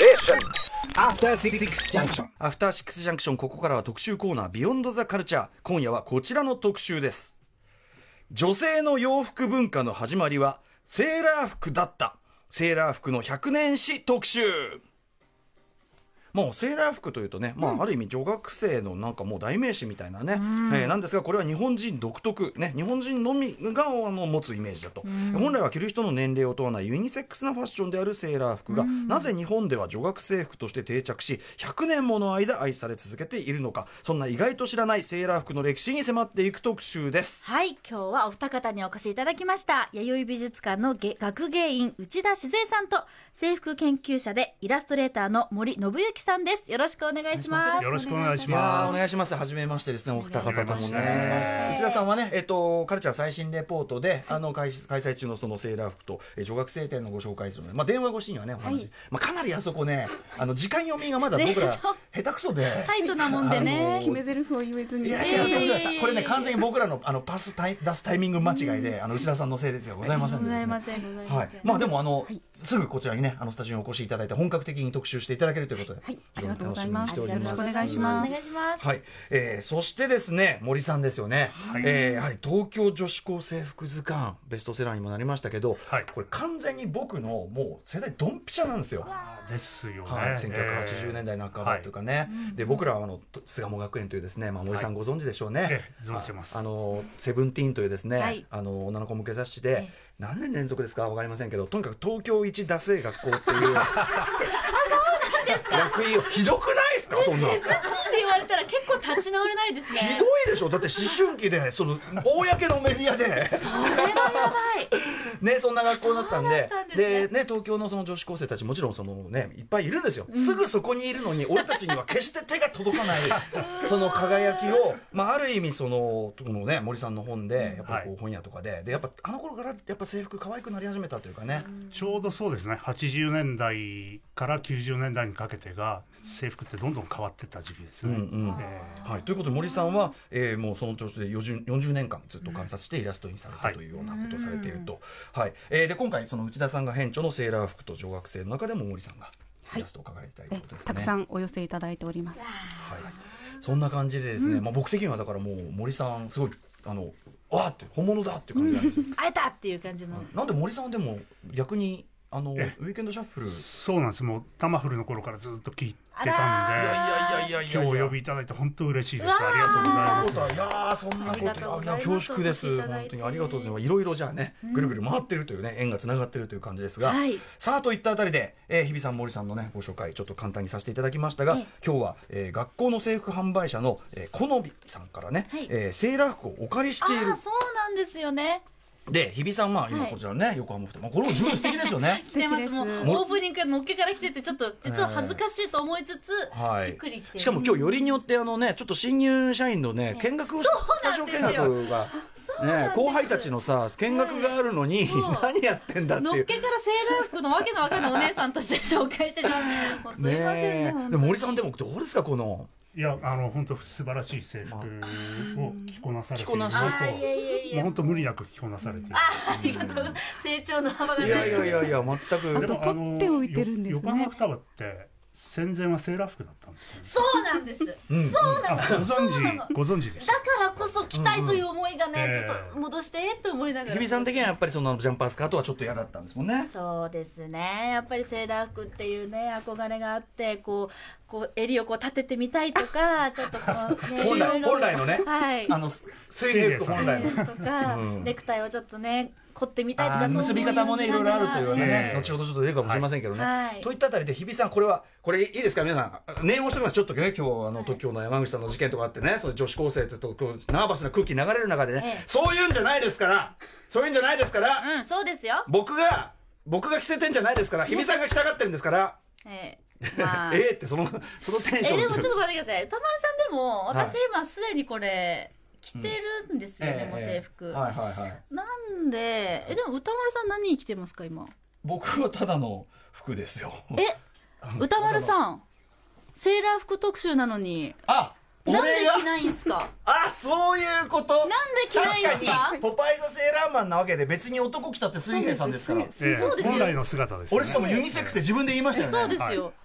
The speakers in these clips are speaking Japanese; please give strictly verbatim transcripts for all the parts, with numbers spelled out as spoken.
アフターシックスジャンクション。 アフターシックスジャンクション、ここからは特集コーナービヨンドザカルチャー。今夜はこちらの特集です。女性の洋服文化の始まりはセーラー服だった。セーラー服のひゃくねん史特集。もうセーラー服というとね、まあ、うん、ある意味女学生のなんかもう代名詞みたいなね、うんえー、なんですが、これは日本人独特、ね、日本人のみがあの持つイメージだと、うん、本来は着る人の年齢を問わないユニセックスなファッションであるセーラー服が、うん、なぜ日本では女学生服として定着しひゃくねんもの間愛され続けているのか、そんな意外と知らないセーラー服の歴史に迫っていく特集です。 はい、今日はお二方にお越しいただきました。弥生美術館の学芸員内田静江さんと制服研究者でイラストレーターの森信之さんです。よろしくお願いします。 よろしくお願いします。 お願いします。初めましてですね、お二方ともね。内田さんはね、えっとカルチャー最新レポートで、あの開開催中のそのセーラー服とえ女学生展のご紹介するので、まあ電話越しにはねお話、はい、まあかなりあそこね、あの時間読みがまだ僕ら下手くそで、 タイトなもんでね、 決め台詞を言えずに、 いやいやいやいや、これね完全に僕らのあのパスタイ出すタイミング間違いで、あの内田さんのせいですよ、ございませんでですね。 ございませんございません。 はい。まあでもあの、はい、すぐこちらにね、あのスタジオにお越しいただいて本格的に特集していただけるということで、 はい、ありがとうございます。 よろしくお願いします。 お願いします。 はい、えー、そしてですね、森さんですよね。はい、えー、やはり東京女子高制服図鑑ベストセラーにもなりましたけど、はい、これ完全に僕のもう世代ドンピシャなんですよ。 ですよね。 はい、せんきゅうひゃくはちじゅうねんだいなかばというかね。えー、で僕らはあの巣鴨学園というですね、まあ森さんご存知でしょうね。はい、 えー、存じてます。 あのセブンティーンというですね、はい、あの女の子向け雑誌で。えー何年連続ですか分かりませんけど、とにかく東京一ダセー学校っていうあ、 そうなんですか。 役員をひどくないですか。そんなセブンティーンって言われたら結構立ち直れないですね。 ひどいでしょ。だって思春期でその公のメディアでそれはやばいね、そんな学校だったんで、 で, で、ね、東京のその女子高生たちもちろんその、ね、いっぱいいるんですよ、うん、すぐそこにいるのに俺たちには決して手が届かないその輝きを、まあ、ある意味そのこの、ね、森さんの本でやっぱりこう本屋とかで、はい、でやっぱあの頃からやっぱ制服可愛くなり始めたというかね、うん、 ちょうどそうですね、はちじゅうねんだいからきゅうじゅうねんだいにかけてが制服ってどんどん変わっていった時期ですね、うんうんえーはい、ということで森さんは、えー、もうその調子でよんじゅうねんかんずっと観察してイラストにされたというようなことをされていると、はいはいえー、で今回その内田さんが編著のセーラー服と女学生の中でも森さんがイラストを描いてたいということですね、 たくさんお寄せいただいております、はい、 そんな感じでですね、うんまあ、僕的にはだからもう森さんすごいあのわーって本物だっていう感じなんですよ会えたっていう感じの、 なんで森さんでも逆にあのウィーケンドシャッフルそうなんです。もうタマフルの頃からずっと聞いてたんで、 いやいやいやいや今日お呼びいただいて本当嬉しいです。ありがとうございます。 いやそんなこといや恐縮です。本当にありがとうございます。いろいろじゃあね、ぐるぐる回ってるというね、縁がつながってるという感じですが、はい、さあといったあたりで、えー、日比さん森さんのねご紹介ちょっと簡単にさせていただきましたが、え今日は、えー、学校の制服販売者の、えー、このびさんからね、はいえー、セーラー服をお借りしている。 あそうなんですよね。 で日比さんは今こちらね、はい、横浜ふた、まあ、これも十分素敵ですよね素敵です。もうオープニングからのっけから来ててちょっと実は恥ずかしいと思いつつ、えー、しっくりきてる、 しかも今日よりによってあのねちょっと新入社員のね見学をスタジオ見学が、ね、後輩たちのさ見学があるのに何やってんだっていう、 のっけからセーラー服のわけのわかんないお姉さんとして紹介してしまってもうすいません ね, ねで森さんでもどうですかこのいやあの本当素晴らしい制服を着こなされているのと、本当無理なく着こなされている。 ありがとう。成長の幅が。 いやいやいやいや全く。 あと取っておいてるんですね。 横浜双葉って戦前はセーラー服だったんですよね。 そうなんです。うん、そうなの。 ご存知ご存知でした。 だからこそ着たいという思いがね、うんうん、ずっと戻してって思いながら。 日比さん的にはやっぱりそのジャンパースカートはちょっと嫌だったんですもんね。 そうですね。やっぱりセーラー服っていうね憧れがあってこう。こう襟をこう立ててみたいとかちょっとこう、ね、 本来本来のね、 はい、 あの水泳服本来のとか、うん、ネクタイをちょっとね凝ってみたいとか結び方もねいろいろあるというね、えー、後ほどちょっと出るかもしれませんけどね、はい、といったあたりで日比さんこれはこれいいですか皆さん念をしておきます。ちょっとね今日あの東京の山口さんの事件とかあってねその女子高生とナーバスな空気流れる中でね、えー、そういうんじゃないですからそういうんじゃないですから、 うん、そうですよ。 僕が僕が着せてんじゃないですから日比さんが着たがってるんですから、えーまあ、えーってそのそのテンションえでもちょっと待ってください。歌丸さんでも私今すでにこれ着てるんですよね、うん、もう制服、えー、はいはいはいなんでえでも歌丸さん何着てますか今。 僕はただの服ですよ。 え歌丸さんセーラー服特集なのにあなんで着ないんすか。 あそういうことなんで着ないんすか。 確かにポパイザセーラーマンなわけで別に男着たって水平さんですから、 そうですよ、 本来の姿です、ね、 俺しかもユニセックスで自分で言いましたよね。 そうですよ、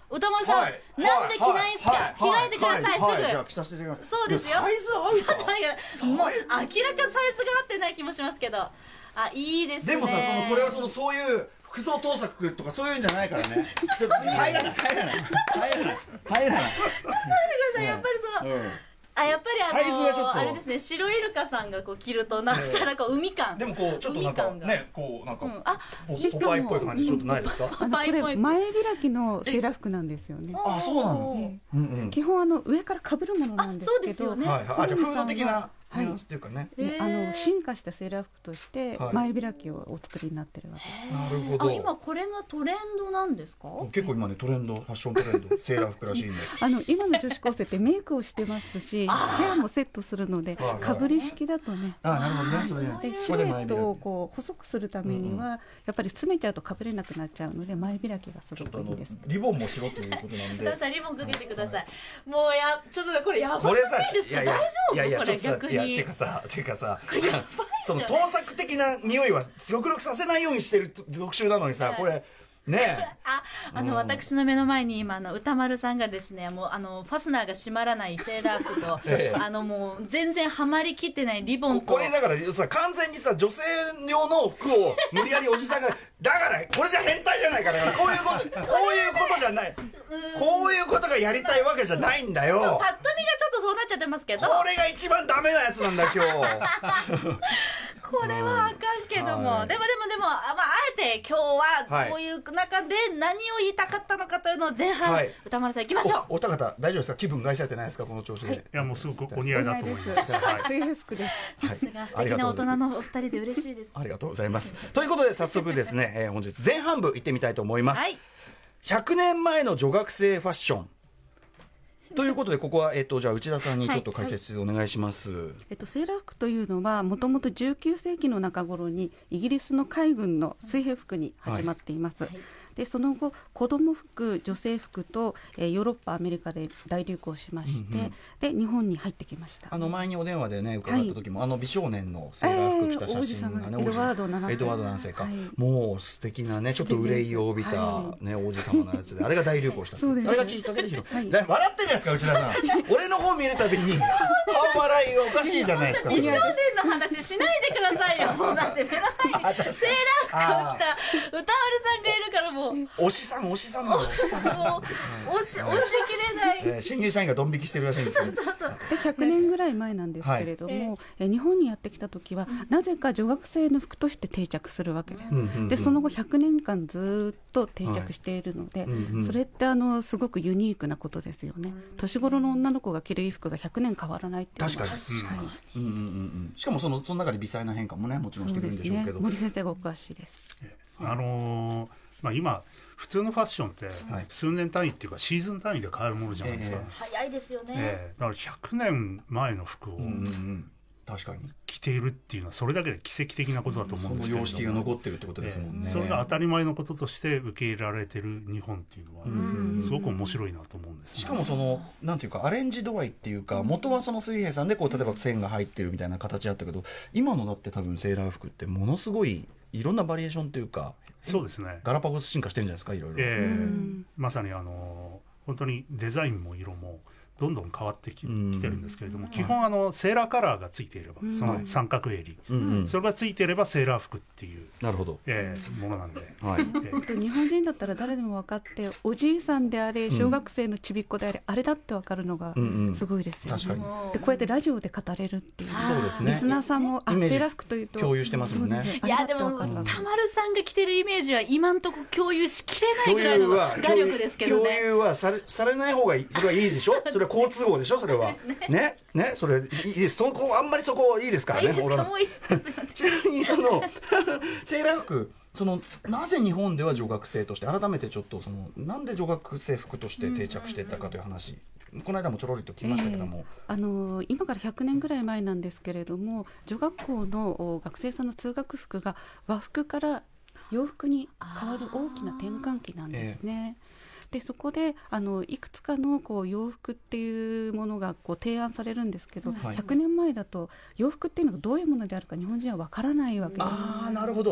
歌丸さん、 はいなんで着ないんすか、 はい着替えてください、 はいはいすぐ、 じゃあ着させていただきます。 そうですよ。 いやサイズ合うかちょっと待ってもう明らかサイズが合ってない気もしますけど、あ、いいですね。 でもさ、そのこれはそのそういう服装盗作とかそういうんじゃないからね。ちょっと入らない入らない入らない入らない。 ちょっと待ってください、やっぱりその、 うんあ、やっぱりあのサイズがちょっとあれですね、白イルカさんがこう着るとなおさらこう海感、 でもこうちょっとなんか海感がね、こうなんかうん、あ、 ポいいかもポパイっぽい感じちょっとないですか？ あのこれパイパイ前開きのセーラー服なんですよね。 あ、そうなの。 おーえうんうんえ基本あの上から被るものなんですあそうけど、 ですよねはいはい。あ、じゃあフード的なはいニュアンスっていうかね。 へーあの進化したセーラー服としてはい前開きをお作りになってるわけです。 なるほどあ、今これがトレンドなんですか？ 結構今ねトレンドファッショントレンドセーラー服らしいんで。 あの今の女子高生ってメイクをしてますし、ヘアもセットするので、 はいかぶり式だとね。 あ、なるほどね。それねでシルエットをこう細くするためには、やっぱり詰めちゃうとかぶれなくなっちゃうので前開きがすちょっとあのごくいいです。 リボンもしろということなんで。 歌丸さんリボンかけてください。もうやちょっとこれやばくこれさないですか？ いやいや大丈夫？ いやいやこれちょっとさ逆にいやてかさてかさこれやばいそのじゃない盗作的な匂いは極力させないようにしてる特集なのにさ、これねあ、あの、 うん私の目の前に今あの歌丸さんがですね、もうあのファスナーが閉まらないセーラー服と、 ええあのもう全然はまりきってないリボンと、 ここれだからさ完全にさ女性用の服を無理やりおじさんがだからこれじゃ変態じゃないからだからこういうことこういうことじゃないこういうことがやりたいわけじゃないんだよ。 パッと見がちょっとそうなっちゃってますけど、 これが一番ダメなやつなんだ今日。 これはあかんけども、 はいでもでもでも、あ、まあ、あえて今日ははいこういう中で何を言いたかったのかというのを前半、 はい歌丸さん行きましょう。 おお二方大丈夫ですか？気分害されてないですかこの調子で？ はいいやもうすごくお似合いだと思います。 ですはい水平服です。 はいさすが素あり敵な大がとうございます人のお二人で嬉しいです。 ありがとうございます。ということで早速ですね、えー本日前半部行ってみたいと思います。 はい。 ひゃくねんまえの女学生ファッションということで、ここは、えっと、じゃあ内田さんにちょっと解説お願いします。 えっと、セーラー服というのはもともとじゅうきゅうせいきの中頃にイギリスの海軍の水兵服に始まっています、 はいでその後子ども服女性服と、えーヨーロッパアメリカで大流行しまして、 うんうんで日本に入ってきました。 あの前にお電話でね伺った時も、あの美少年のセーラー服着た写真がね、 えー王子様エドワードななせいエドワードななせいか、 はいもう素敵なねちょっと憂いを帯びた、 はね王子様のやつであれが大流行したんですよ。 そうですあれがきっかけで広い、 はいだ笑ってんじゃないですか内田さん。俺の方見るたびに半笑いがおかしいじゃないですか。 美少年の話しないでくださいよ。もうだって目の前にセーラー服を着た歌丸さんがいるからもうもうおしさんおしさんのおしさん、 押し押しきれない。 えー新入社員がドン引きしてるらしいんですよ。 でひゃくねんぐらい前なんですけれども、 はいえ日本にやってきた時は、なぜか女学生の服として定着するわけです、 うんうんうんでその後ひゃくねんかんずっと定着しているので、 はいうんうんそれってあのすごくユニークなことですよね。年頃の女の子が着る衣服がひゃくねん変わらないっていうのは確かにはいうんうんうんうん、しかもそのその中で微細な変化もねもちろんしてくるんでしょうけど、 森先生がお詳しいです。 あのーまあ、今普通のファッションってはい数年単位っていうかシーズン単位で変わるものじゃないですか、 え早いですよね。 ええだからひゃくねんまえの服をうんうんうん、確かに着ているっていうのはそれだけで奇跡的なことだと思そのうんですけれども、 様式が残ってるってことですもんね、 ええそれが当たり前のこととして受け入れられてる日本っていうのは、 んすごく面白いなと思うんですね。 しかもそのなんていうかアレンジ度合いっていうか元はその水平さんでこう例えば線が入ってるみたいな形だったけど、今のだって多分セーラー服ってものすごいいろんなバリエーションっていうかそうですね、 ガラパゴス進化してるんじゃないですかいろいろ、 ええうんまさにあの本当にデザインも色もどんどん変わってき,、 うんてるんですけれども、基本あのセーラーカラーがついていれば、 うんその三角襟、 うんうんそれがついていればセーラー服っていう、 なるほど、 ええものなんで、 はい、 ええ日本人だったら誰でも分かっておじいさんであれ小学生のちびっ子であれ、あれだって分かるのがうんうんすごいですよね、 確かにでこうやってラジオで語れるっていうそうですねリスナーさんもあイメージセーラー服というと共有してますもんねそうですいやでもあれだって分かるわ田丸さんが着てるイメージは今んとこ共有しきれない共ぐらいの有は画力ですけどね。 共有はされされない方がいい、それはいいでしょ、それは交通網でしょ、それはねねそれいいです、そこあんまりそこいいですからね。 いいです俺はかもういいですか。 ちなみにそのセーラー服、そのなぜ日本では女学生として改めてちょっとそのなんで女学生服として定着していったかという話、この間もちょろりと聞きましたけども、 あの今からひゃくねんぐらい前なんですけれども、女学校のお学生さんの通学服が和服から洋服に変わる大きな転換期なんですね。でそこであのいくつかのこう洋服っていうものがこう提案されるんですけど、 はいひゃくねんまえだと洋服っていうのがどういうものであるか日本人は分からないわけです。 ああなるほど、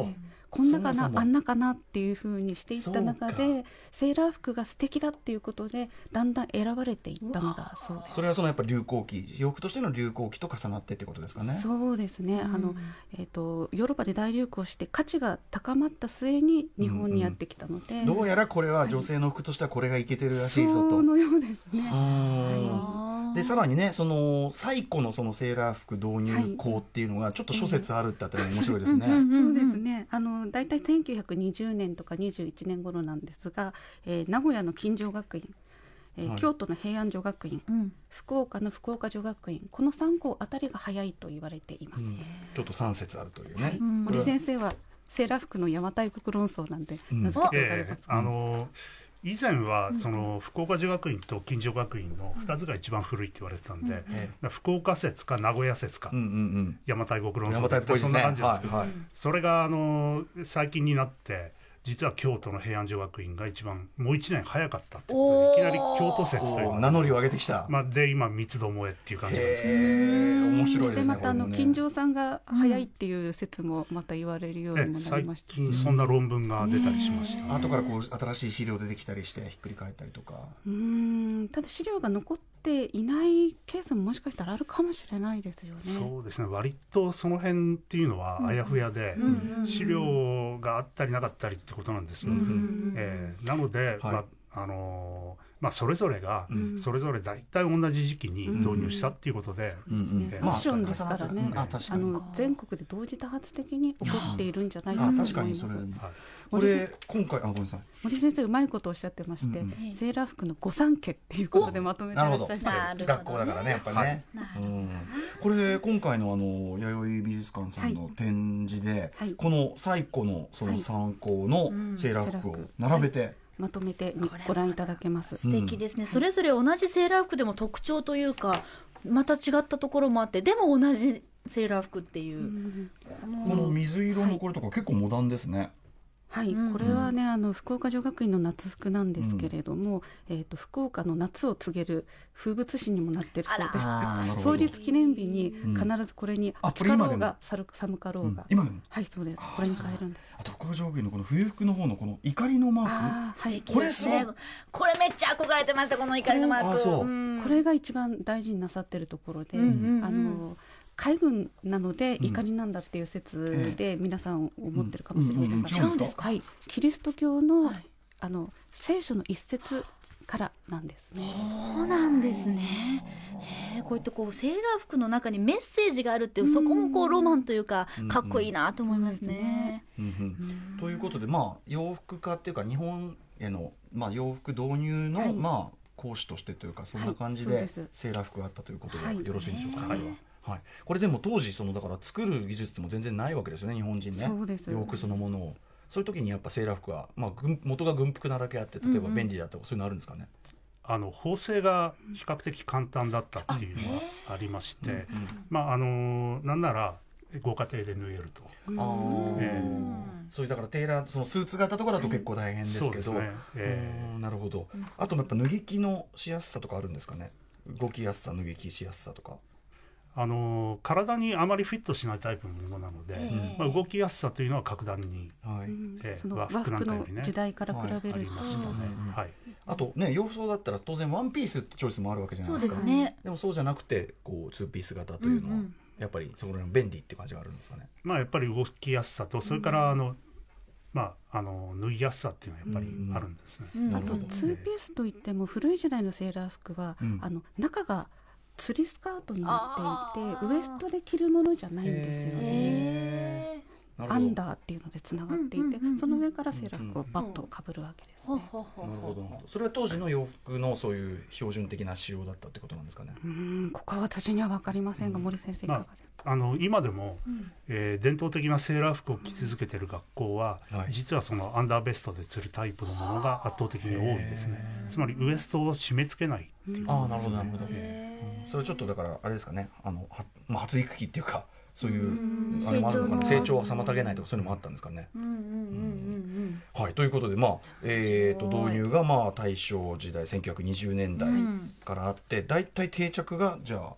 こんなかなそもそもあんなかなっていう風にしていった中そうでセーラー服が素敵だっていうことでだんだん選ばれていったのだそうです。 それはそのやっぱり流行期、洋服としての流行期と重なってってことですかね。 そうですね、 うんあのえー、とヨーロッパで大流行して価値が高まった末に日本にやってきたので、 どうやらこれは女性の服としてはこれがイケてるらしいぞと。 そのようですね。 うんでさらにね、その最古のそのセーラー服導入校っていうのがちょっと諸説あるってあったら面白いですね。 そうですね。あのだいたいせんきゅうひゃくにじゅうねんとかにじゅういちねん頃なんですが、えー名古屋の金城学院、えーはい京都の平安女学院、 うん福岡の福岡女学院、このさん校あたりが早いと言われています。 うんちょっとさん説あるというね。 はい、 ん森先生はセーラー服の邪馬台国論争なんでうん名付けておられええます。 あの以前はその福岡女学院と金城学院のふたつが一番古いって言われてたんで、 えだから福岡説か名古屋説か、 うんうんうん邪馬台国論争邪馬台っぽいですね。 そんな感じなんですけど、 はいはいそれがあの最近になって実は京都の平安女学院が一番もういちねん早かったってことでいきなり京都説というおー名乗りを上げてきた。 まあ、で今三つどもえっていう感じなんですけど、 へー面そ白いですね。 してまたあのこれもね金城さんが早いっていう説もまた言われるようにもなり最ましたし、 近そんな論文が出たりしました、 後からこう新しい資料出てきたりしてひっくり返ったりとか。 うーんただ資料が残っていないケースももしかしたらあるかもしれないですよね。 そうですね、割とその辺っていうのはあやふやで、資料があったりなかったりってことなんですよ、 うんえーなので、 はいまああのーまあ、それぞれが、 うんそれぞれ大体同じ時期に導入したっていうことで、 うんうんねファッションですからね、 まあ、あ確かにあの全国で同時多発的に起こっているんじゃないかとあ思います。 確かにそれ、 はいこれ今回あごめんなさい。 森先生うまいことをおっしゃってまして、 うんうんセーラー服の御三家っていうことでまとめてらっしゃいます。 なるほど学校だからねやっぱりね。うんこれ今回のあの弥生美術館さんの展示で、 はいこの最古のその参考のセーラー服を並べて、 まとめてみご覧いただけます。 素敵ですね、それぞれ同じセーラー服でも特徴というかまた違ったところもあってでも同じセーラー服っていう、 うんこの水色のこれとか結構モダンですね。 はい、 うんこれはねあの福岡女学院の夏服なんですけれども、えー、と福岡の夏を告げる風物詩にもなってるそうです。 あらあーなるほど創立記念日にうん必ずこれにあ暑かろうこれ今でもが寒寒かろうが、 うん今でもはいそうですあーこれに変えるんです。 あと福岡上部のこの冬服の方のこの怒りのマーク、 あーはい、 これすごいこれめっちゃ憧れてましたこの怒りのマーク。 あそうんこれが一番大事になさってるところで、 うんうんうんあの海軍なので怒りなんだっていう説で皆さん思ってるかもしれませんが、 うんうんうん違うんですかはい、キリスト教の、 はいあの聖書の一節からなんですね。 そうなんですね。へーこういったこうセーラー服の中にメッセージがあるっていう、そこもこうロマンというかうんかっこいいなと思いますそうですねね。 うんうんということで、まあ、洋服化っていうか日本への、まあ、洋服導入の、 はいまあ、講師としてというかそんな感じではいそうですセーラー服があったということではいよろしいでしょうか、 はいこれは。はい、これでも当時そのだから作る技術っても全然ないわけですよね日本人ね。 そうです洋服そのものをそういう時にやっぱセーラー服は、まあ、軍元が軍服なだけあって例えば便利だとか、そういうのあるんですかね。 あの縫製が比較的簡単だったっていうのはありまして、 うんまああのなんならご家庭で縫えると。 あーえそういうだからテーラーそのスーツ型とかだと結構大変ですけど、 そうですねえうんなるほど。あとやっぱ脱ぎ着のしやすさとかあるんですかね。動きやすさ脱ぎ着しやすさとか。 あの体にあまりフィットしないタイプのものなので、 ええまあ、動きやすさというのは格段に、 はい。 ええその和和服なん服のかよりね時代から比べはいるありましたね、 うんはい、 あとね洋装だったら当然ワンピースってチョイスもあるわけじゃなそいうでか。 ですすね。 でもそうじゃなくてこうツーピース型というのは、 うんうんやっぱりそこら辺便利っていう感じがあるんですかね。 まあやっぱり動きやすさとそれからあの、まああの縫いやすさっていうのはやっぱりあるんですね、 うんあとなるほどツーピースといっても古い時代のセーラー服は、 うんあの中が吊りスカートになっていてあーウエストで着るものじゃないんですよね。 へなるほどアンダーっていうのでつながっていて、 うんうんうんうんその上からセーラー服をバッとかぶるわけです、 ーほうほうほうなるほどなるほど。それは当時の洋服のそういう標準的な仕様だったってことなんですかね。 うーんここは私には分かりませんが、森先生いかがですか。 あの今でも、 うんえー伝統的なセーラー服を着続けている学校は、 はい実はそのアンダーベストで釣るタイプのものが圧倒的に多いですね。つまりウエストを締め付けないっていうああなるほどなるほど。 へーそれはちょっとだからあれですかねあのは、まあ、発育期っていうかそういううんあれもあるのかな成成長の長を妨げないとかそういうのもあったんですかね。 うんうんうんうんはい、ということで、まあえー、とすごい導入がまあ大正時代せんきゅうひゃくにじゅうねんだいうんからあって大体定着がじゃあ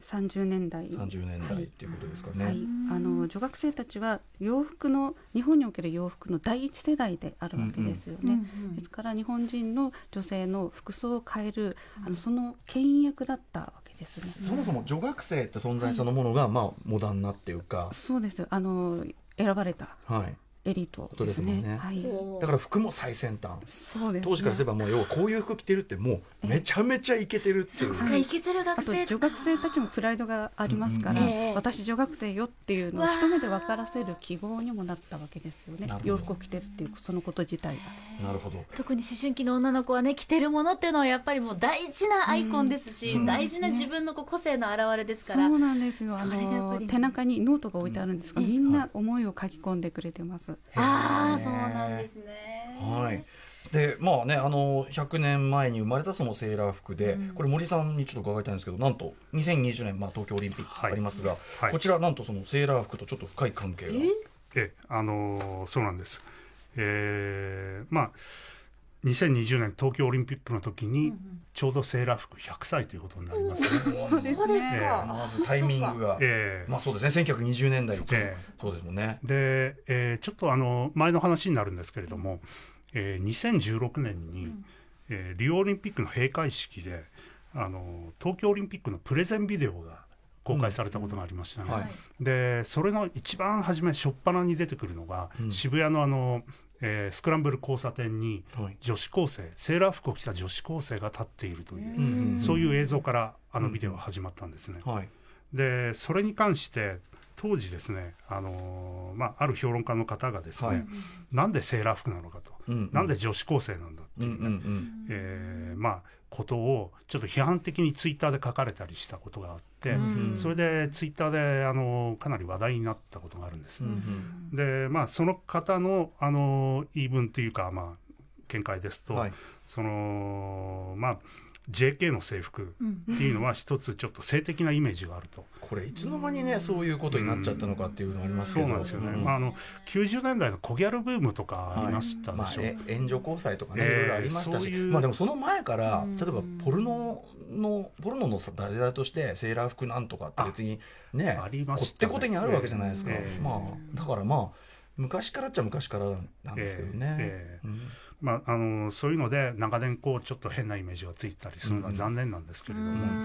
さんじゅうねんだいさんじゅうねんだいっていうことですかね、 はい、あの女学生たちは洋服の日本における洋服の第一世代であるわけですよね、 うんうん、 ですから日本人の女性の服装を変える、うん、あのその牽引役だったわけですね。 そもそも女学生って存在そのものが、まあ、モダンなっていうか、 そうです、あの選ばれた、 はいエリートですね。 ですね、 はい、 だから服も最先端。 そうですね、 当時からすればもう要はこういう服着てるってもうめちゃめちゃイケてるっていう。 そうか、イケてる学生。 あと女学生たちもプライドがありますから、 うんうん、 私女学生よっていうのを一目で分からせる記号にもなったわけですよね。洋服を着てるっていうそのこと自体が。 なるほど。 特に思春期の女の子はね、着てるものっていうのはやっぱりもう大事なアイコンですし、うん、大事な自分のこう個性の表れですから。 そうなんですよ。あの背中にノートが置いてあるんですが、うん、みんな思いを書き込んでくれてます。 ああ、そうなんですね。 はい。でまあね、あのひゃくねんまえに生まれたそのセーラー服で、うん、これ森さんにちょっと伺いたいんですけど、なんとにせんにじゅうねん、まあ、東京オリンピックありますが、はいはい、こちらなんとそのセーラー服とちょっと深い関係が。 えあのー、そうなんです、えー、まあにせんにじゅうねん東京オリンピックの時にちょうどセーラー服ひゃくさいということになりますね。 そうですね、えー、 まずタイミングが、えー、まあそうですね、せんきゅうひゃくにじゅうねんだい、えー、そうですもんね。 で、えー、ちょっとあの前の話になるんですけれども、えー、にせんじゅうろくねんに、うんえー、リオオリンピックの閉会式であの東京オリンピックのプレゼンビデオが公開されたことがありましたね、うんはい、でそれの一番初め初っ端に出てくるのが、うん、渋谷のあのえー、スクランブル交差点に女子高生、はい、セーラー服を着た女子高生が立っているという、うん、そういう映像からあのビデオが始まったんですね、うんはい、でそれに関して当時ですね、あのーまあ、ある評論家の方がですね、はい、なんでセーラー服なのかと、うんうん、なんで女子高生なんだっていうね、うんうんうんえー、まあことをちょっと批判的にツイッターで書かれたりしたことがあって、うんうん、それでツイッターであのかなり話題になったことがあるんです、うんうん、でまあその方のあの言い分というか、まあ、見解ですと、はい、そのまあジェーケー の制服っていうのは一つちょっと性的なイメージがあると、 これいつの間にねそういうことになっちゃったのかっていうのがありますけど、 そうなんですよね、うんまあ、あのきゅうじゅうねんだいのコギャルブームとかありましたでしょ、はいまあ、援助交際とかね、えー、いろいろありましたし、まあ、でもその前から例えばポルノのポルノの題材としてセーラー服なんとかって別にねありましたね、 こってこてにあるわけじゃないですか、えーまあ、だからまあ昔からっちゃ昔からなんですけどね、えーえーうんまあ、あのそういうので長年こうちょっと変なイメージがついたりするのは残念なんですけれども、うん、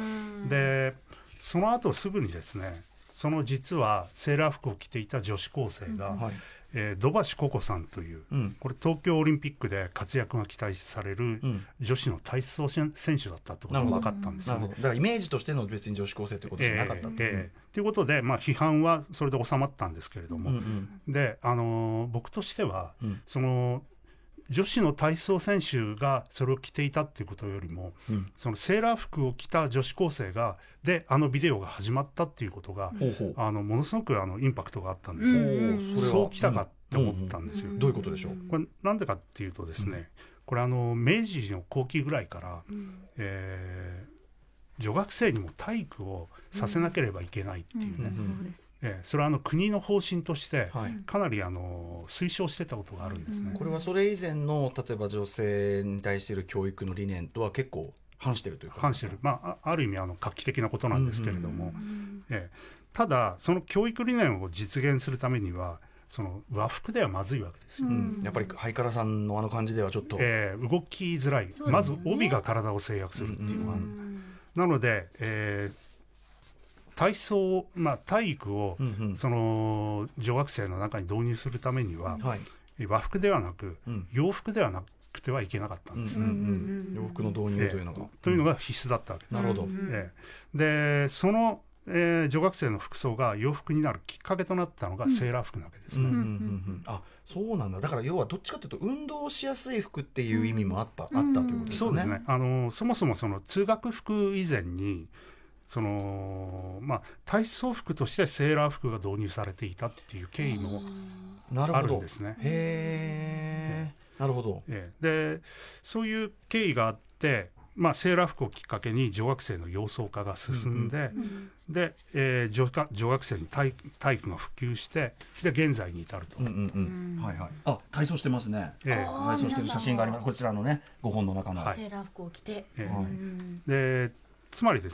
でその後すぐにですね、その実はセーラー服を着ていた女子高生が、うんはいえー、土橋ココさんという、うん、これ東京オリンピックで活躍が期待される女子の体操選手だったってことが分かったんですよね。 だからイメージとしての別に女子高生ということじゃなかったと、えーえー、いうことで、まあ、批判はそれで収まったんですけれども、うんうん、で、あのー、僕としては、うん、その女子の体操選手がそれを着ていたっていうことよりも、うん、そのセーラー服を着た女子高生がであのビデオが始まったっていうことが、うん、あのものすごくあのインパクトがあったんですよ、うん、そう着たかって思ったんですよ、 うんうん、どういうことでしょう。 これなんでかっていうとですね、うん、これあの明治の後期ぐらいから、うんえー女学生にも体育をさせなければいけないっていうね、えそれはあの国の方針としてかなりあの推奨してたことがあるんですね、 うん、これはそれ以前の例えば女性に対している教育の理念とは結構反してるというか、 反してる、まあ、ある意味あの画期的なことなんですけれども、うんうん、えただその教育理念を実現するためにはその和服ではまずいわけですよ、うん、 やっぱりハイカラさんのあの感じではちょっと、 えー、動きづらい、ね、まず帯が体を制約するっていうのがある、うんうんなので、えー、体操、まあ、体育を、うんうん、その女学生の中に導入するためには、はい、和服ではなく、うん、洋服ではなくてはいけなかったんですね、うんうんうん、洋服の導入というのが、えー、 というのが必須だったわけです、 なるほど、 えー、でそのえー、女学生の服装が洋服になるきっかけとなったのがセーラー服なわけですね、うんうんうんうん、 あそうなんだ。だから要はどっちかというと運動しやすい服っていう意味もあった、うん、あったということですね。 そうですね、あのそもそもその通学服以前にその、まあ、体操服としてセーラー服が導入されていたっていう経緯もあるんですね。 へー、なるほど、 えー、でそういう経緯があってまあ、セーラー服をきっかけに女学生の洋装化が進んで、うんうん、で、えー、女, 女学生に 体, 体育が普及してで現在に至ると、うんうんうんはいはい、あ体操してますね、えー、体操してる写真がありますこちらのねご本の中の、 はい、セーラー服を着て、 えーはい、でつまりですね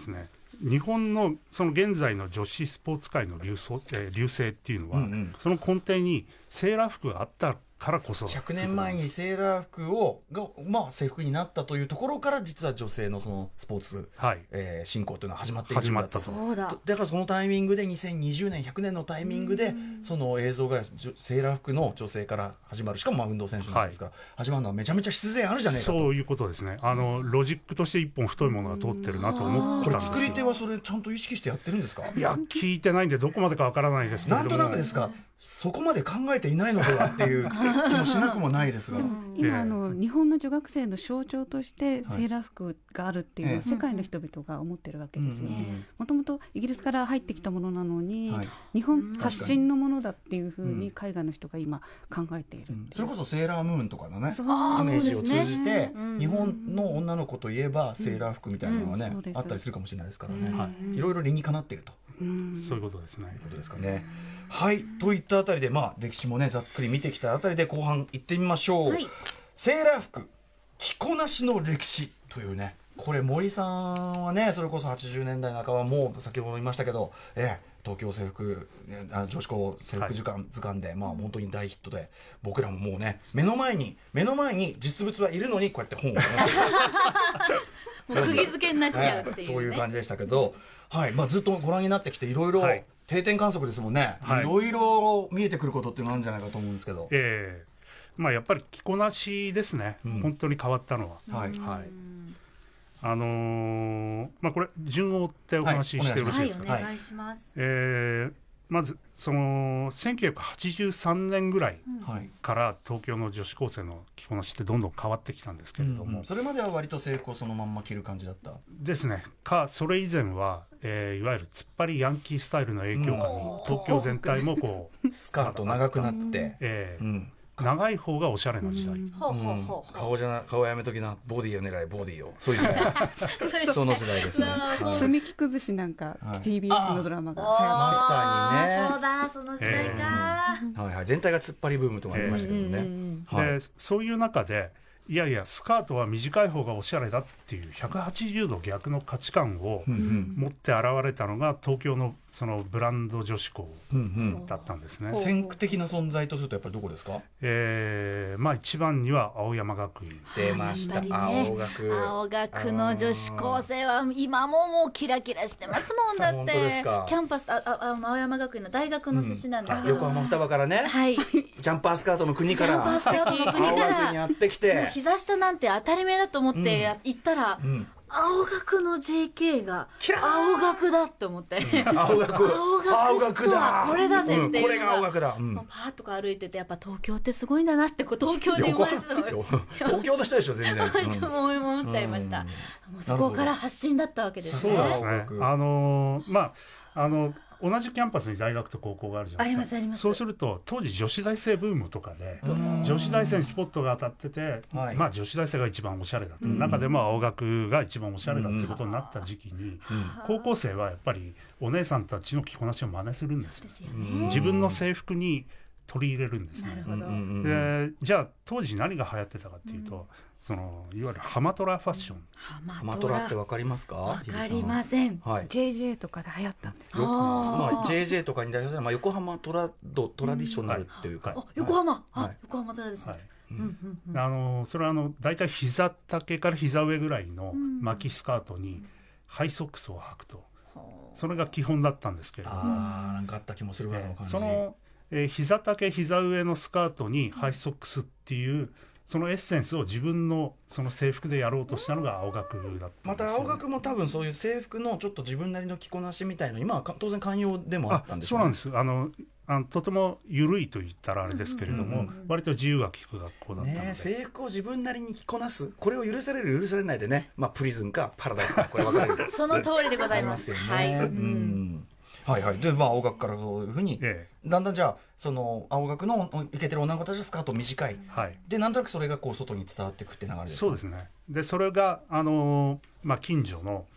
日本のその現在の女子スポーツ界の流走、えー、流星っていうのは、うんうん、その根底にセーラー服があったからこそひゃくねんまえにセーラー服をが、まあ、制服になったというところから実は女性のそのスポーツ、はいえー、進行というのは始まっているんだ始まったと。 そうだ。 だからそのタイミングでにせんにじゅうねんひゃくねんのタイミングでその映像がセーラー服の女性から始まる、しかもまあ運動選手なんですから、はい、始まるのはめちゃめちゃ必然あるじゃねえかと。 そういうことですね。あのロジックとして一本太いものが通ってるなと思ったんですよ。 これ作り手はそれちゃんと意識してやってるんですか？ いや聞いてないんでどこまでかわからないですけれども、 なんとなくですか、そこまで考えていないのではっていう気もしなくもないですが、うん、 今、えー、あの日本の女学生の象徴としてセーラー服があるっていうのを世界の人々が思ってるわけですよね。もともとイギリスから入ってきたものなのに、はい、日本発信のものだっていうふうに海外の人が今考えているっていう、うん、 それこそセーラームーンとかのねイメージを通じて、ね、日本の女の子といえばセーラー服みたいなのがね、うん、あったりするかもしれないですからね、はい、いろいろ理にかなっていると、 うん、そういうことですね。 ということですかね。はい、といったあたりで、まあ、歴史もねざっくり見てきたあたりで後半行ってみましょう、はい、セーラー服着こなしの歴史というね、これ森さんはねそれこそはちじゅうねんだいなかばもう先ほど言いましたけど、えー、東京制服女子高制服図鑑、はい、図鑑で、まあ、本当に大ヒットで僕らももうね目の前に目の前に実物はいるのにこうやって本をもう釘付けになっちゃうっていう、ね、 そういう感じでしたけど、はいまあ、ずっとご覧になってきていろいろ定点観測ですもんね、はい、いろいろ見えてくることっていうのがあるんじゃないかと思うんですけど、 えーまあ、やっぱり着こなしですね、うん、本当に変わったのは、はいはい、あのーまあ、これ順を追ってお話ししてよろしいですか。 はい、お願いします。 えーまずそのせんきゅうひゃくはちじゅうさんねんぐらいから東京の女子高生の着こなしってどんどん変わってきたんですけれども、うんうん、 それまでは割と制服をそのまんま着る感じだったですね。かそれ以前は、えー、いわゆる突っ張りヤンキースタイルの影響下に東京全体もこうスカート長くなって、 えーうん長い方がおしゃれな時代、うん、 顔じゃな顔やめときなボディを狙いボディをそういう時代その時代ですね。 積み木崩しなんか、はい、ティービーエス のドラマがまさにねそうだその時代か、 えーはいはい、全体が突っ張りブームとかありましたけどね、えーはい、でそういう中でいやいやスカートは短い方がおしゃれだっていうひゃくはちじゅうど逆の価値観を持って現れたのが東京のそのブランド女子校だったんですね、 うんうん、先駆的な存在とするとやっぱりどこですか。 えーまあ、一番には青山学院出ました、ね、青学青学の女子高生は今ももうキラキラしてますもんだってキャンパスああ青山学院の大学の出身なんですけど、 うん、横浜双葉からね、はい、ジャンパースカートの国からジャンパースカートの国から青学にやってきて膝下なんて当たり前だと思ってや、うん、行ったら、うん青学の ジェーケー が青学だって思って、 うん、青学青学だこれだぜっていう、うん、 これが青学だ、うん、 パーッとか歩いててやっぱ東京ってすごいんだなってこう東京で生まれてたの東京の人でしょ全然、 うん、思っちゃいました、うん、もうそこから発信だったわけですね。そうですね。あのー、まああの同じキャンパスに大学と高校があるじゃないですか。ありますあります。そうすると当時女子大生ブームとかで女子大生にスポットが当たってて、まあ女子大生が一番おしゃれだと、うん、中でも青学が一番おしゃれだってことになった時期に、うん、高校生はやっぱりお姉さんたちの着こなしを真似するんですよ。ですよね。自分の制服に取り入れるんですね。なるほど。でじゃあ当時何が流行ってたかっていうと、うんそのいわゆるハマトラファッション。 ハマトラって分かりますか。 分かりません、 はい、ジェージェー とかで流行ったんですよ。まあ、ジェージェー とかに代表される、まあ、横浜トラドトラディショナルっていうか、 うんはい、横浜、はい、あ横浜トラディショナル、はいうんうん、あのそれはあのだいたい膝丈から膝上ぐらいの巻きスカートにハイソックスを履くと、うん、それが基本だったんですけれども、 あなんかあった気もするわ、えー、 その、えー、膝丈膝上のスカートにハイソックスっていうそのエッセンスを自分のその制服でやろうとしたのが青学だったんですよね。 また青学も多分そういう制服のちょっと自分なりの着こなしみたいな今は当然寛容でもあったんですよね。 そうなんです。あのあのとても緩いと言ったらあれですけれども、うんうんうん、割と自由が利く学校だったので、 ね、制服を自分なりに着こなすこれを許される許されないでね、まあ、プリズンかパラダイスかこれ分かれるその通りでございますありますよね、はいうんはいはい、でまあ青学からそういうふうに、ええ、だんだんじゃあその青学のイケてる女の子たちのスカート短い、はい、でなんとなくそれがこう外に伝わっていくって流れですか。 そうですね。でそれがあのーまあ、近所の、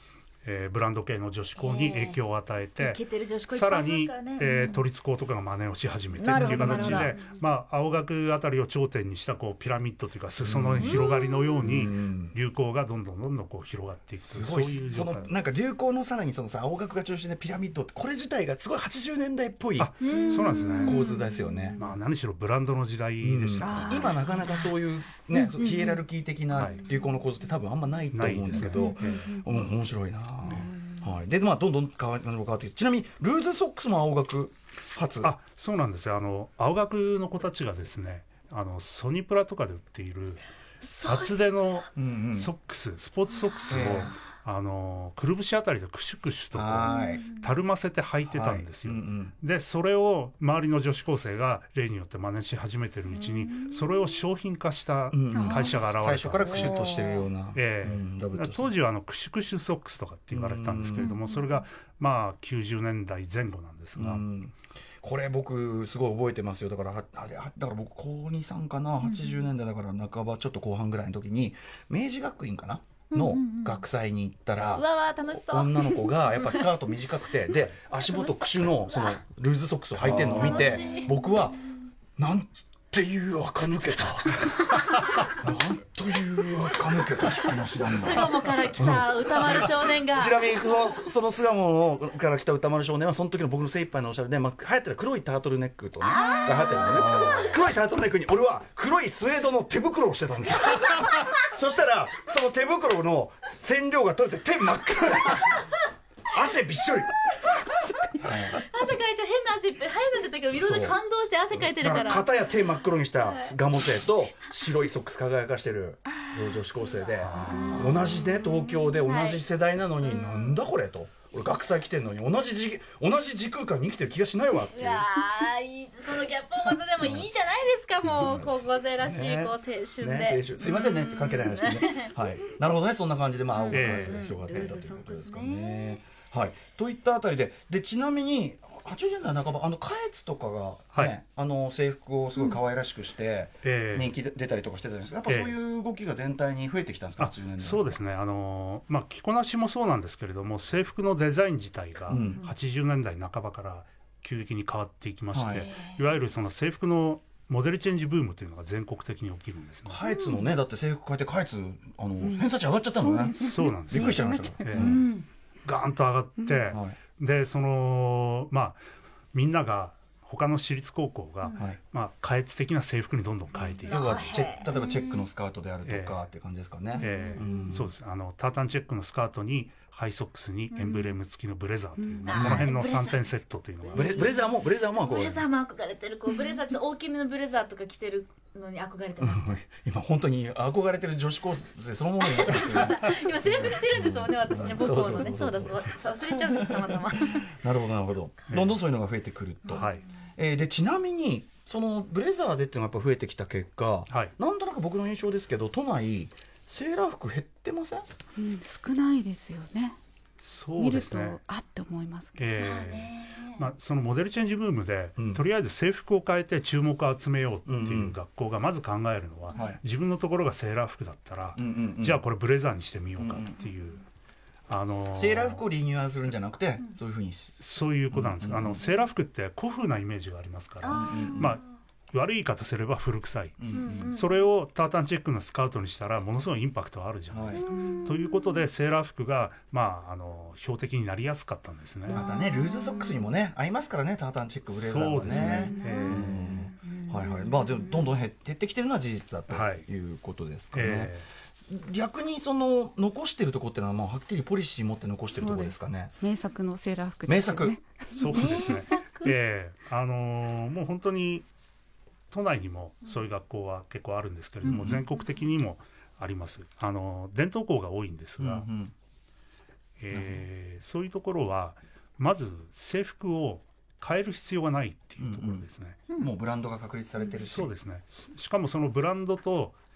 えーブランド系の女子校に影響を与えて、 イケてる女子校いっさらぱいいますに、 からね。 えーうん都立高とかが真似をし始めてってなるほいう形どなるほで、まあ、青学あたりを頂点にしたこうピラミッドというか裾の広がりのように流行がどんどんどんどんこう広がっていく、 すごいそういう状態。 そのなんか流行のさらにそのさ青学が中心でピラミッドってこれ自体がすごいはちじゅうねんだいっぽいあそうなんですね。 構図ですよね。 まあ、何しろブランドの時代でしたから、 うん今なかなかそういうね、ヒエラルキー的な流行の構図って多分あんまないと思うんですけど、 ないですねうん面白いな、はい、でまあどんどん変わ変わってきて、ちなみにルーズソックスも青学初。 あそうなんですよ。あの青学の子たちがですね、あのソニプラとかで売っている厚手のうんうんソックス、スポーツソックスを、 ええあのくるぶしあたりでクシュクシュとこはいうたるませて履いてたんですよ、 はいうんうんでそれを周りの女子高生が例によって真似し始めてるうちにそれを商品化した会社が現れたんです、 最初からクシュッとしてるような、 ええうんダブルとして当時はあのクシュクシュソックスとかって言われてたんですけれども、それがまあきゅうじゅうねんだいぜん後なんですが、 うんこれ僕すごい覚えてますよ。だからはあれだから僕高にさんかな、はちじゅうねんだいだから半ばちょっと後半ぐらいの時に明治学院かなの学祭に行ったら、 うわわ楽しそう。 女の子がやっぱスカート短くてで足元クシュのそのルーズソックスを履いてるのを見楽てしい僕はなんていう垢抜けたなんという垢抜けた着こなしなんだ。 巣鴨から来た歌丸少年がちなみにそのその巣鴨のから来た歌丸少年はその時の僕の精一杯のおしゃれで、まあ、流行ってた黒いタートルネックとねが流行ってるのね。黒いタートルネックに俺は黒いスウェードの手袋をしてたんですよそしたらその手袋の染料が取れて手真っ赤に汗びっしょり汗かいちゃう変な汗いっぱい変な汗だけどいろんな感動して汗かいてるだかからら肩や手真っ黒にしたガモ生と白いソックス輝かしてる女子高生で同じで東京で同じ世代なのになんだこれと俺学祭来てんのに同じ時同じ時空間に生きてる気がしないわっていう。 いやーいいそのギャップもまたでもいいじゃないですか、もう高校生らしいこう青春で、 ね、青春すいませんね関係ない話ですけどね、はい、なるほどね。そんな感じでまあ青が広がっていたということですかね。はい、といったあたりででちなみにはちじゅうねんだいなかばあのカエツとかが、ねはい、 あの制服をすごい可愛らしくしてええ人気出たりとかしてたんですが、やっぱそういう動きが全体に増えてきたんですか、 あはちじゅうねんだい。 そうですね、あのまあ、着こなしもそうなんですけれども制服のデザイン自体がうんはちじゅうねんだいなかばから急激に変わっていきまして、 はいい、わゆるその制服のモデルチェンジブームというのが全国的に起きるんですね。 カエツのねだって制服変えてカエツあの、偏差値上がっちゃったのね。 そうなんですびっくりしちゃいましたから、 ええガーンと上がって、 はいでそのまあみんなが他の私立高校が、 はいまあ、下越的な制服にどんどん変えていく、 要はチェ例えばチェックのスカートであるとかっていう感じですかね。 ええうんそうです。あのタータンチェックのスカートにハイソックスにエンブレム付きのブレザーという、まあこの辺のさんてんセットというのがブレブレザーもブレザーもこうブレザーも憧れてるこうブレザーちょっと大きめのブレザーとか着てるのに憧れてました今本当に憧れてる女子高生そのものになってますけどね今制服着てるんですもんね私ね母校のねそそうそううだそう忘れちゃうんですたまたまなるほどなるほど、どんどんそういうのが増えてくると、 はいえーでちなみにそのブレザーでっていうのがやっぱ増えてきた結果、 はいなんとなく僕の印象ですけど都内セーラー服減ってません？ うん、少ないですよね。 そう見るとですね。 あって思いますけど、 ええまあ、そのモデルチェンジブームで、 うんとりあえず制服を変えて注目を集めようってうんういうん学校がまず考えるのは、 はい自分のところがセーラー服だったら、 うんうんうんじゃあこれブレザーにしてみようかっていう、あのーセーラー服をリニューアルするんじゃなくて、そういうふうにしそういうことなんです、 うんうんうんあのセーラー服って古風なイメージがありますから、まあ悪い言い方すれば古臭い、 うんうんそれをタータンチェックのスカートにしたらものすごいインパクトあるじゃないですか、ということでセーラー服が、まあ、あの標的になりやすかったんですね。 またねルーズソックスにもね合いますからねタータンチェックブレザーはね。 そうですね、えうんはいはい。まあでもどんどん減減ってきてるのは事実だとはいいうことですかね。 え逆にその残してるところっていうのはもうはっきりポリシー持って残してるところですかね。 名作のセーラー服名ですよね。 作。 そうですね、ええあのーもう本当に都内にもそういう学校は結構あるんですけれども、全国的にもあります。あのー伝統校が多いんですが、 うんえーそういうところはまず制服を変える必要がないっていうところですね。 うんもうブランドが確立されてるし。 そうですね。ししかもそのブランドと、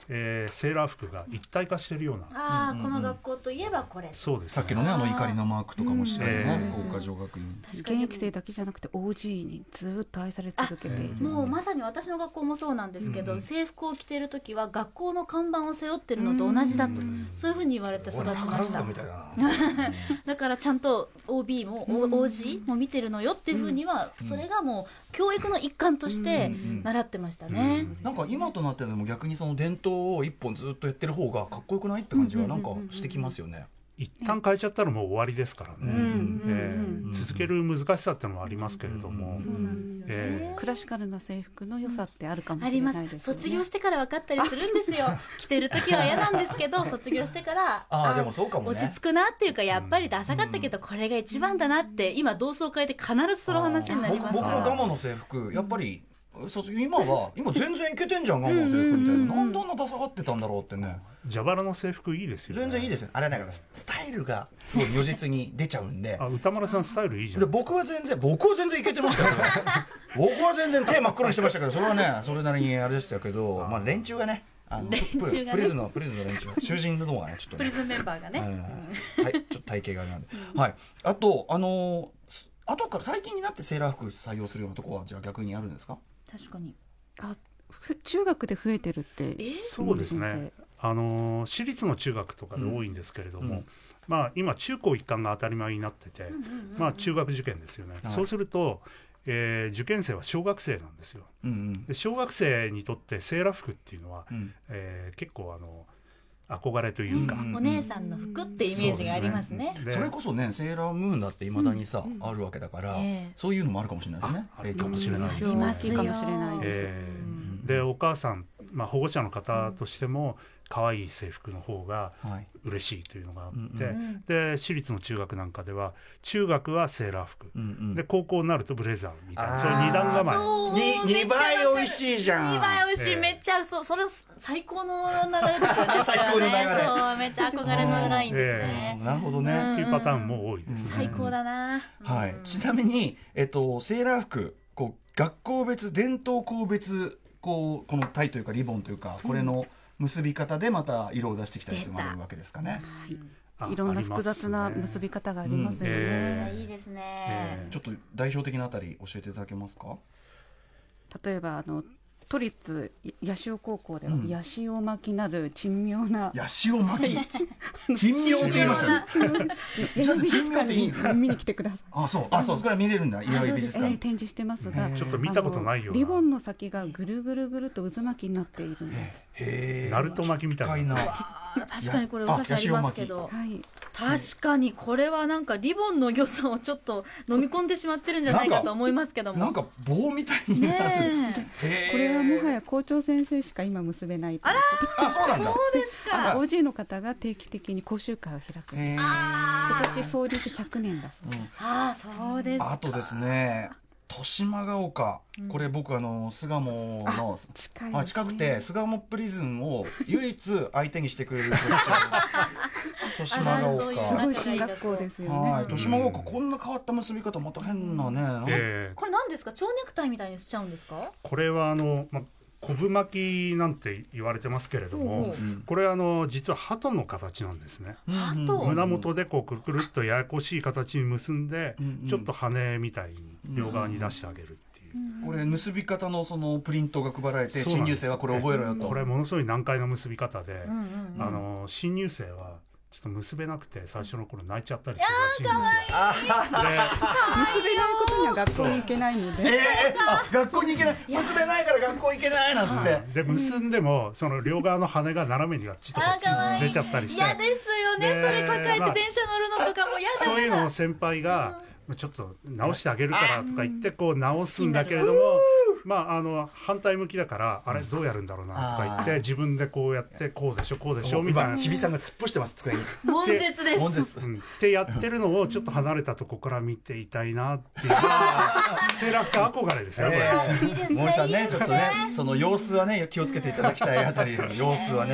えーセーラー服が一体化しているような、 ああ、この学校といえばこれ。 そうですね、 さっきのねあの怒りのマークとかもしてるね、 うん福岡女学院。 現役生だけじゃなくて オージー にずっと愛され続けている。 もうまさに私の学校もそうなんですけど、制服を着ている時は学校の看板を背負ってるのと同じだと、そういうふうに言われて育ちま宝した。 塚みたいなだからちゃんと オービー も オージー も見てるのよっていうふうには、それがもう教育の一環として習ってましたね。 なんか今となってでも逆にその伝統を一本ずっとやってる方がかっこよくないって感じはなんかしてきますよね。 一旦変えちゃったらもう終わりですからね、 んえー続ける難しさっていうのもありますけれども、 そうなんですよね。 えクラシカルな制服の良さってあるかもありましれないですす。 よね。 卒業してから分かったりするんですよ。着てる時は嫌なんですけど、卒業してからあーでもそうかもね落ち着くなっていうか、やっぱりダサかったけどこれが一番だなって、今同窓会で必ずその話になります僕から。 僕のガマの制服やっぱり卒今は今全然いけてんじゃんガマの制服みたいな、なんであんなダサがってたんだろうってね。 ー蛇腹の制服いいですよね。 全然いいですよ。あれだからススタイルがすごい如実に出ちゃうんであ、歌丸さんスタイルいいじゃん。 で僕は全然僕は全然いけてましたよ僕は全然手真っ黒にしてましたけど、それはねそれなりにあれでしたけど、まあ連中がねあの連中がねププリズンのプリズンの連中囚人の方がねちょっとねプリズンメンバーがね、 うんはい、ちょっと体型があれなんで、はい、あとあのーす後から最近になってセーラー服採用するようなところはじゃあ逆にあるんですか？ 確かに。 あ、ふ中学で増えてるって。 えそうですね、あのー私立の中学とかで多いんですけれども、 うんまあ、今中高一貫が当たり前になってて、まあ、中学受験ですよね、 はいそうすると、えー受験生は小学生なんですよ。 うんうんで小学生にとってセーラー服っていうのは、 うんえー結構あの憧れというか、 うんお姉さんの服ってイメージがありますね。 でそれこそねセーラームーンだっていまだにさ、あるわけだから、 ええそういうのもあるかもしれないですね。 ああるかもしれないです影響ね大きいかもしれないです。 えーでお母さん、まあ、保護者の方としても可愛い制服の方がはい嬉しいというのがあって、 うんで私立の中学なんかでは中学はセーラー服、 うんうんで高校になるとブレザーみたいな、 あーそういう二段構え。 そうにめっちゃわかるにばい美味しいじゃんにばい美味しい、 ええめっちゃそう、それ最高の流れですよね。 最高の流れそれはねそう、めっちゃ憧れのラインですね。 なるほどね、 うんっていうパターンも多いですね。 最高だな。 はい、ちなみに、えっと、セーラー服こう学校別伝統校別こうこのタイというかリボンというかこれの結び方でまた色を出してきたりというのがあるわけですかね。 あいろんな複雑な結び方がありますよね。 うんえいいですね。 えちょっと代表的なあたり教えていただけますか？ 例えばあの都立八潮高校では、 うん八潮巻きなる珍妙なヤシオ巻き珍妙って言いましたね。 弥生美術館珍妙っていいんですかに見に来てください。 あそうあそうそれは見れるんだあ岩井そうですね、 美術館。 展示してますが、 ちょっと見たことないようなあのリボンの先がぐるぐるぐると渦巻きになっているんです。 へーナルト巻きみたいな深あ確かにこれお写真ありますけど、 はい、 確かにこれはなんかリボンの良さをちょっと飲み込んでしまってるんじゃないかと思いますけども。 なんか棒みたいになる。 ねえ。 へーこれはもはや校長先生しか今結べないというこあそうなんだ。 そうですか。 と。オージー の方が定期的に講習会を開く。 へー今年創立ひゃくねんだそうです。 ああ、そうですか。 あとですね豊島ヶ丘、これ僕あの巣鴨の近いですねあ近くて巣鴨プリズンを唯一相手にしてくれる豊島ヶあらそういう丘すごい進学校ですよね。 はい豊島ヶ丘こんな変わった結び方また変なね、なんかえーこれ何ですか、蝶ネクタイみたいにしちゃうんですか？ これはあの、ま、昆布巻きなんて言われてますけれどほうもほううんこれあの実は鳩の形なんですね。 うん鳩胸元でこうくるくるっとややこしい形に結んで、 うんちょっと羽みたいに両側に出してあげるっていう、 これ結び方のそのプリントが配られて新入そうなんです生はこれ覚えろよと。 これものすごい難解な結び方で、 うんうんうん。 あの新入生はちょっと結べなくて最初の頃泣いちゃったりするらしいんですよ。 結べないことには学校に行けないので。 えー、あ学校に行けない結べないから学校行けないなんつって、 で結んでもその両側の羽が斜めにあっちとこあっちーかわいい。 に出ちゃったりして嫌ですよね。 でそれ抱えまあて電車乗るのとかも嫌だ。 そういうのを先輩がちょっと直してあげるからとか言ってこう直すんだけれども、まああの反対向きだからあれどうやるんだろうなとか言って自分でこうやってこうでしょこうでしょみたいな。 今日比さんが突っ伏してます机に。 悶絶です。 悶絶うん、ってやってるのをちょっと離れたとこから見ていたいなっていうセーラー服憧れですよこれ、 えいいですね。 森さんいいですねちょっとねその様子はね気をつけていただきたいあたりの様子はね。 えー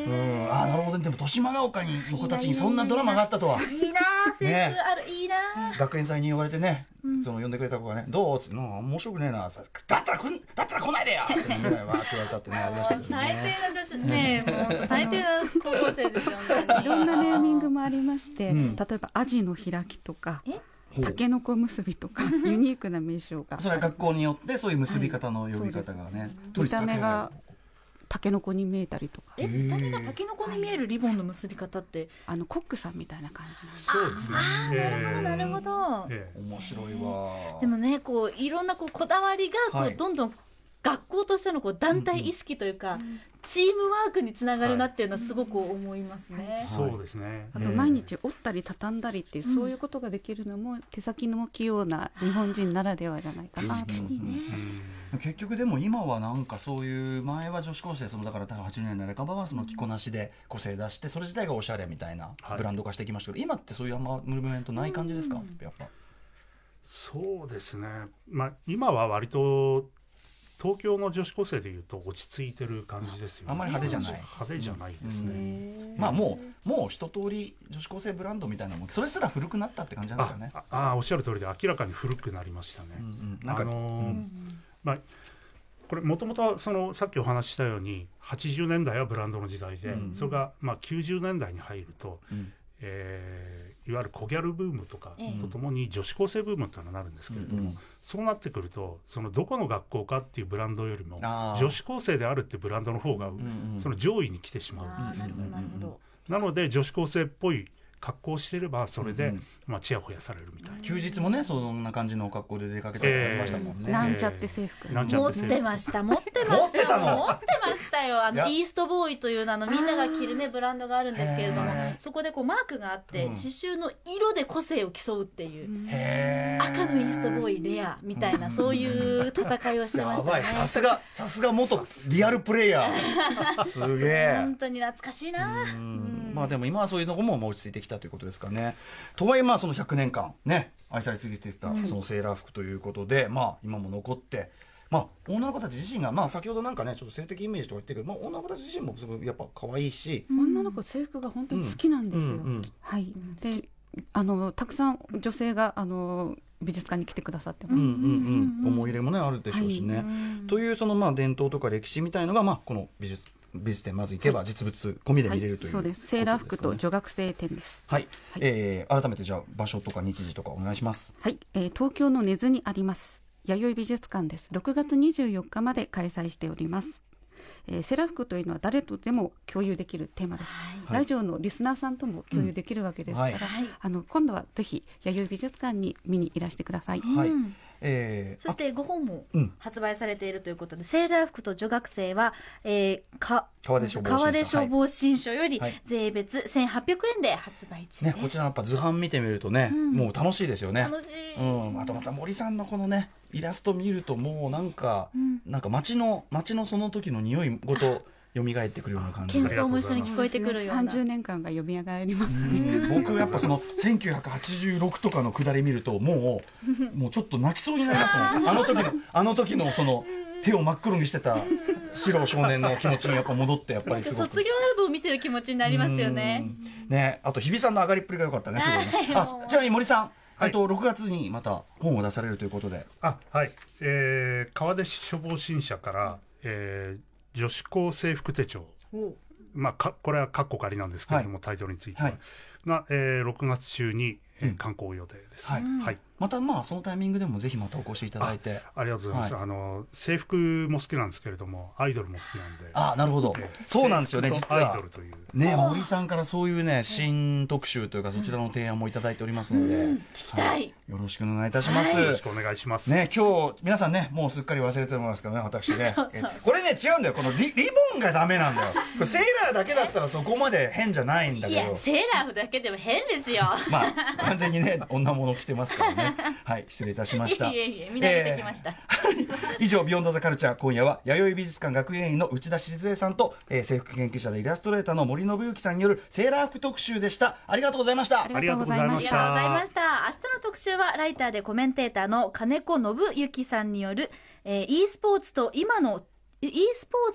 うん、あなるほど。でも豊島ヶ丘にの子たちにそんなドラマがあったとは。 いいな制服ある、いいな学園祭に呼ばれてね、その呼んでくれた子がね、どうっつって、もう面白くねえな、だったら来んだったら来ないでよってぐらいわーって言われたってねありましたけど最ね。 低な女子ねもう本当最低な高校生ですよね。 いろんなネーミングもありまして、 うん例えばアジの開きとかえタケノコ結びとかユニークな名称がそれは学校によってそういう結び方の呼び方がね、都見立高いた目がタケノコに見えたりとか、 え誰がタケノコに見えるリボンの結び方ってあのコックさんみたいな感じなんです。 そうですね。 あーなるほどなるほど、 ええ面白いわ。 でもねこういろんなこうこだわりがこう、 はいどんどん学校としてのこう団体意識というか、チームワークにつながるなっていうのはすごく思いますね、 そうですね。 あと毎日折ったり畳んだりっていう、そういうことができるのも手先の器用な日本人ならではじゃないかなと。 確かにね、 結局でも今はなんかそういう前は女子高生そのだからはちじゅうねんだい半ばはその着こなしで個性出してそれ自体がおしゃれみたいなはいブランド化してきましたけど、今ってそういうあんまムーブメントない感じですか、やっぱ。 そうですね。まあ今は割と東京の女子高生でいうと落ち着いてる感じですよね。 あんまり派手じゃない派手じゃないですね。 まあもうもう一通り女子高生ブランドみたいなもんそれすら古くなったって感じなんですかね。 ああおっしゃる通りで明らかに古くなりましたね。 うんうんなんかあのーうんまあこれもともとはそのさっきお話ししたようにはちじゅうねんだいはブランドの時代で、 うんそれがまあきゅうじゅうねんだいに入ると、 うんえーいわゆるコギャルブームとかええとともに女子高生ブームっていうのがなるんですけれども、 うんうんそうなってくるとそのどこの学校かっていうブランドよりもあー女子高生であるっていうブランドの方が、 んうんその上位に来てしまうんあですよね。 ーなるほどなるほど、 なので女子高生っぽい格好をしていればそれで、 うんうんまあ、ちやほやされるみたいな。 休日もねそんな感じの格好で出かけてありましたもんね。 なんちゃって制服、 持っなんちゃって制服てました持ってました持ってたの持ってましたよあいやのイーストボーイというあのみんなが着るねブランドがあるんですけれどもへーそこでこうマークがあって、 うん刺繍の色で個性を競うっていう、 へー赤のイーストボーイレアみたいなそういう戦いをしてましたねやばいさすがさすが元リアルプレイヤーすげえ。 本当に懐かしいな、 うんまあでも今はそういうのも落ち着いてきたということですかね。とはいえまあそのひゃくねんかんね愛され続けてきたそのセーラー服ということで、まあ今も残ってまあ女の子たち自身がまあ先ほどなんかねちょっと性的イメージとか言ってるけど、まあ、女の子たち自身もすごいやっぱ可愛いし、 女の子制服が本当に好きなんですよ、 うんうんうんはいであのたくさん女性があの美術館に来てくださってます、 うんうんうん、思い入れもねあるでしょうしね、というそのまあ伝統とか歴史みたいのがまあこの美術美術展まず行けば実物込みで見れるという、 はい、そうですセーラー服と女学生展ですはい、えー改めてじゃあ場所とか日時とかお願いします。 はい、えー東京の根津にあります弥生美術館です。ろくがつにじゅうよっかまで開催しております。えーセーラー服というのは誰とでも共有できるテーマです、 はいラジオのリスナーさんとも共有できるわけですから、 うんはいあの今度はぜひ弥生美術館に見にいらしてください。 はい、 うんえーそしてごほんもうん発売されているということで、セーラー服と女学生は、えー、か川出消防新書川出消防新書よりはい税別せんはっぴゃくえんで発売中です、 ね、こちらやっぱ図版見てみるとね、 んもう楽しいですよね。 楽しい、 うん、あとまた森さんのこのねイラスト見るともうなんか、なんか街の街のその時の匂いごと蘇ってくるような感じ喧で、 騒も一緒に聞こえてくるようなさんじゅうねんかんが蘇りますね。 うん僕やっぱそのせんきゅうひゃくはちじゅうろくとかの下り見るともうもうちょっと泣きそうになりますもん。あの時のあの時のその手を真っ黒にしてた白少年の気持ちにやっぱ戻ってやっぱりすごく卒業アルバムを見てる気持ちになりますよね。 うんね、あと日比さんの上がりっぷりが良かったねすごいね。あちなみに森さん、 はいえっとろくがつにまた本を出されるということで、 あはい、えー、川出市消防新社から、えー、女子高制服手帳、 おうまあ、かこれはカッコ仮なんですけれども、タイトルについては、 はいが、えー、ろくがつ中に、えーうん刊行予定です、 はいはい、 またまあそのタイミングでもぜひまたお越しいただいて。 ありがとうございます、 はいあの制服も好きなんですけれどもアイドルも好きなんで、 あなるほど、 えーそうなんですよね制服とアイ実はドルというね森さんからそういうね新特集というかそちらの提案もいただいておりますので、 聞きたい、 よろしくお願いいたします、 よろしくお願いします、 ね、今日皆さんねもうすっかり忘れてると思いますけどね私ねそうそうそうえこれね違うんだよこのリリボンがダメなんだよこれセーラーだけだったらそこまで変じゃないんだいけどやセーラー服だけでも変ですよまあ完全にね女物着てますからねはい失礼いたしましたいえいえ見慣れてきました、 以上ビヨンドザカルチャー今夜は弥生美術館学芸員の内田静江さんと、えー、制服研究者でイラストレーターの森信之さんによるセーラー服特集でした。ありがとうございました。 ありがとうございましありがとうございた。 ました。明日の特集はライターでコメンテーターの金子信之さんによる、えー、e スポーツと今の e スポーツと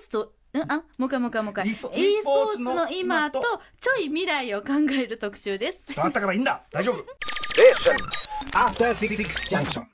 うんあもう一回もう一回もう一回 e e スポスポーツのの今と今とちょい未来を考える特集です。 伝わったからいいんだ、大丈夫。 After Six Junction.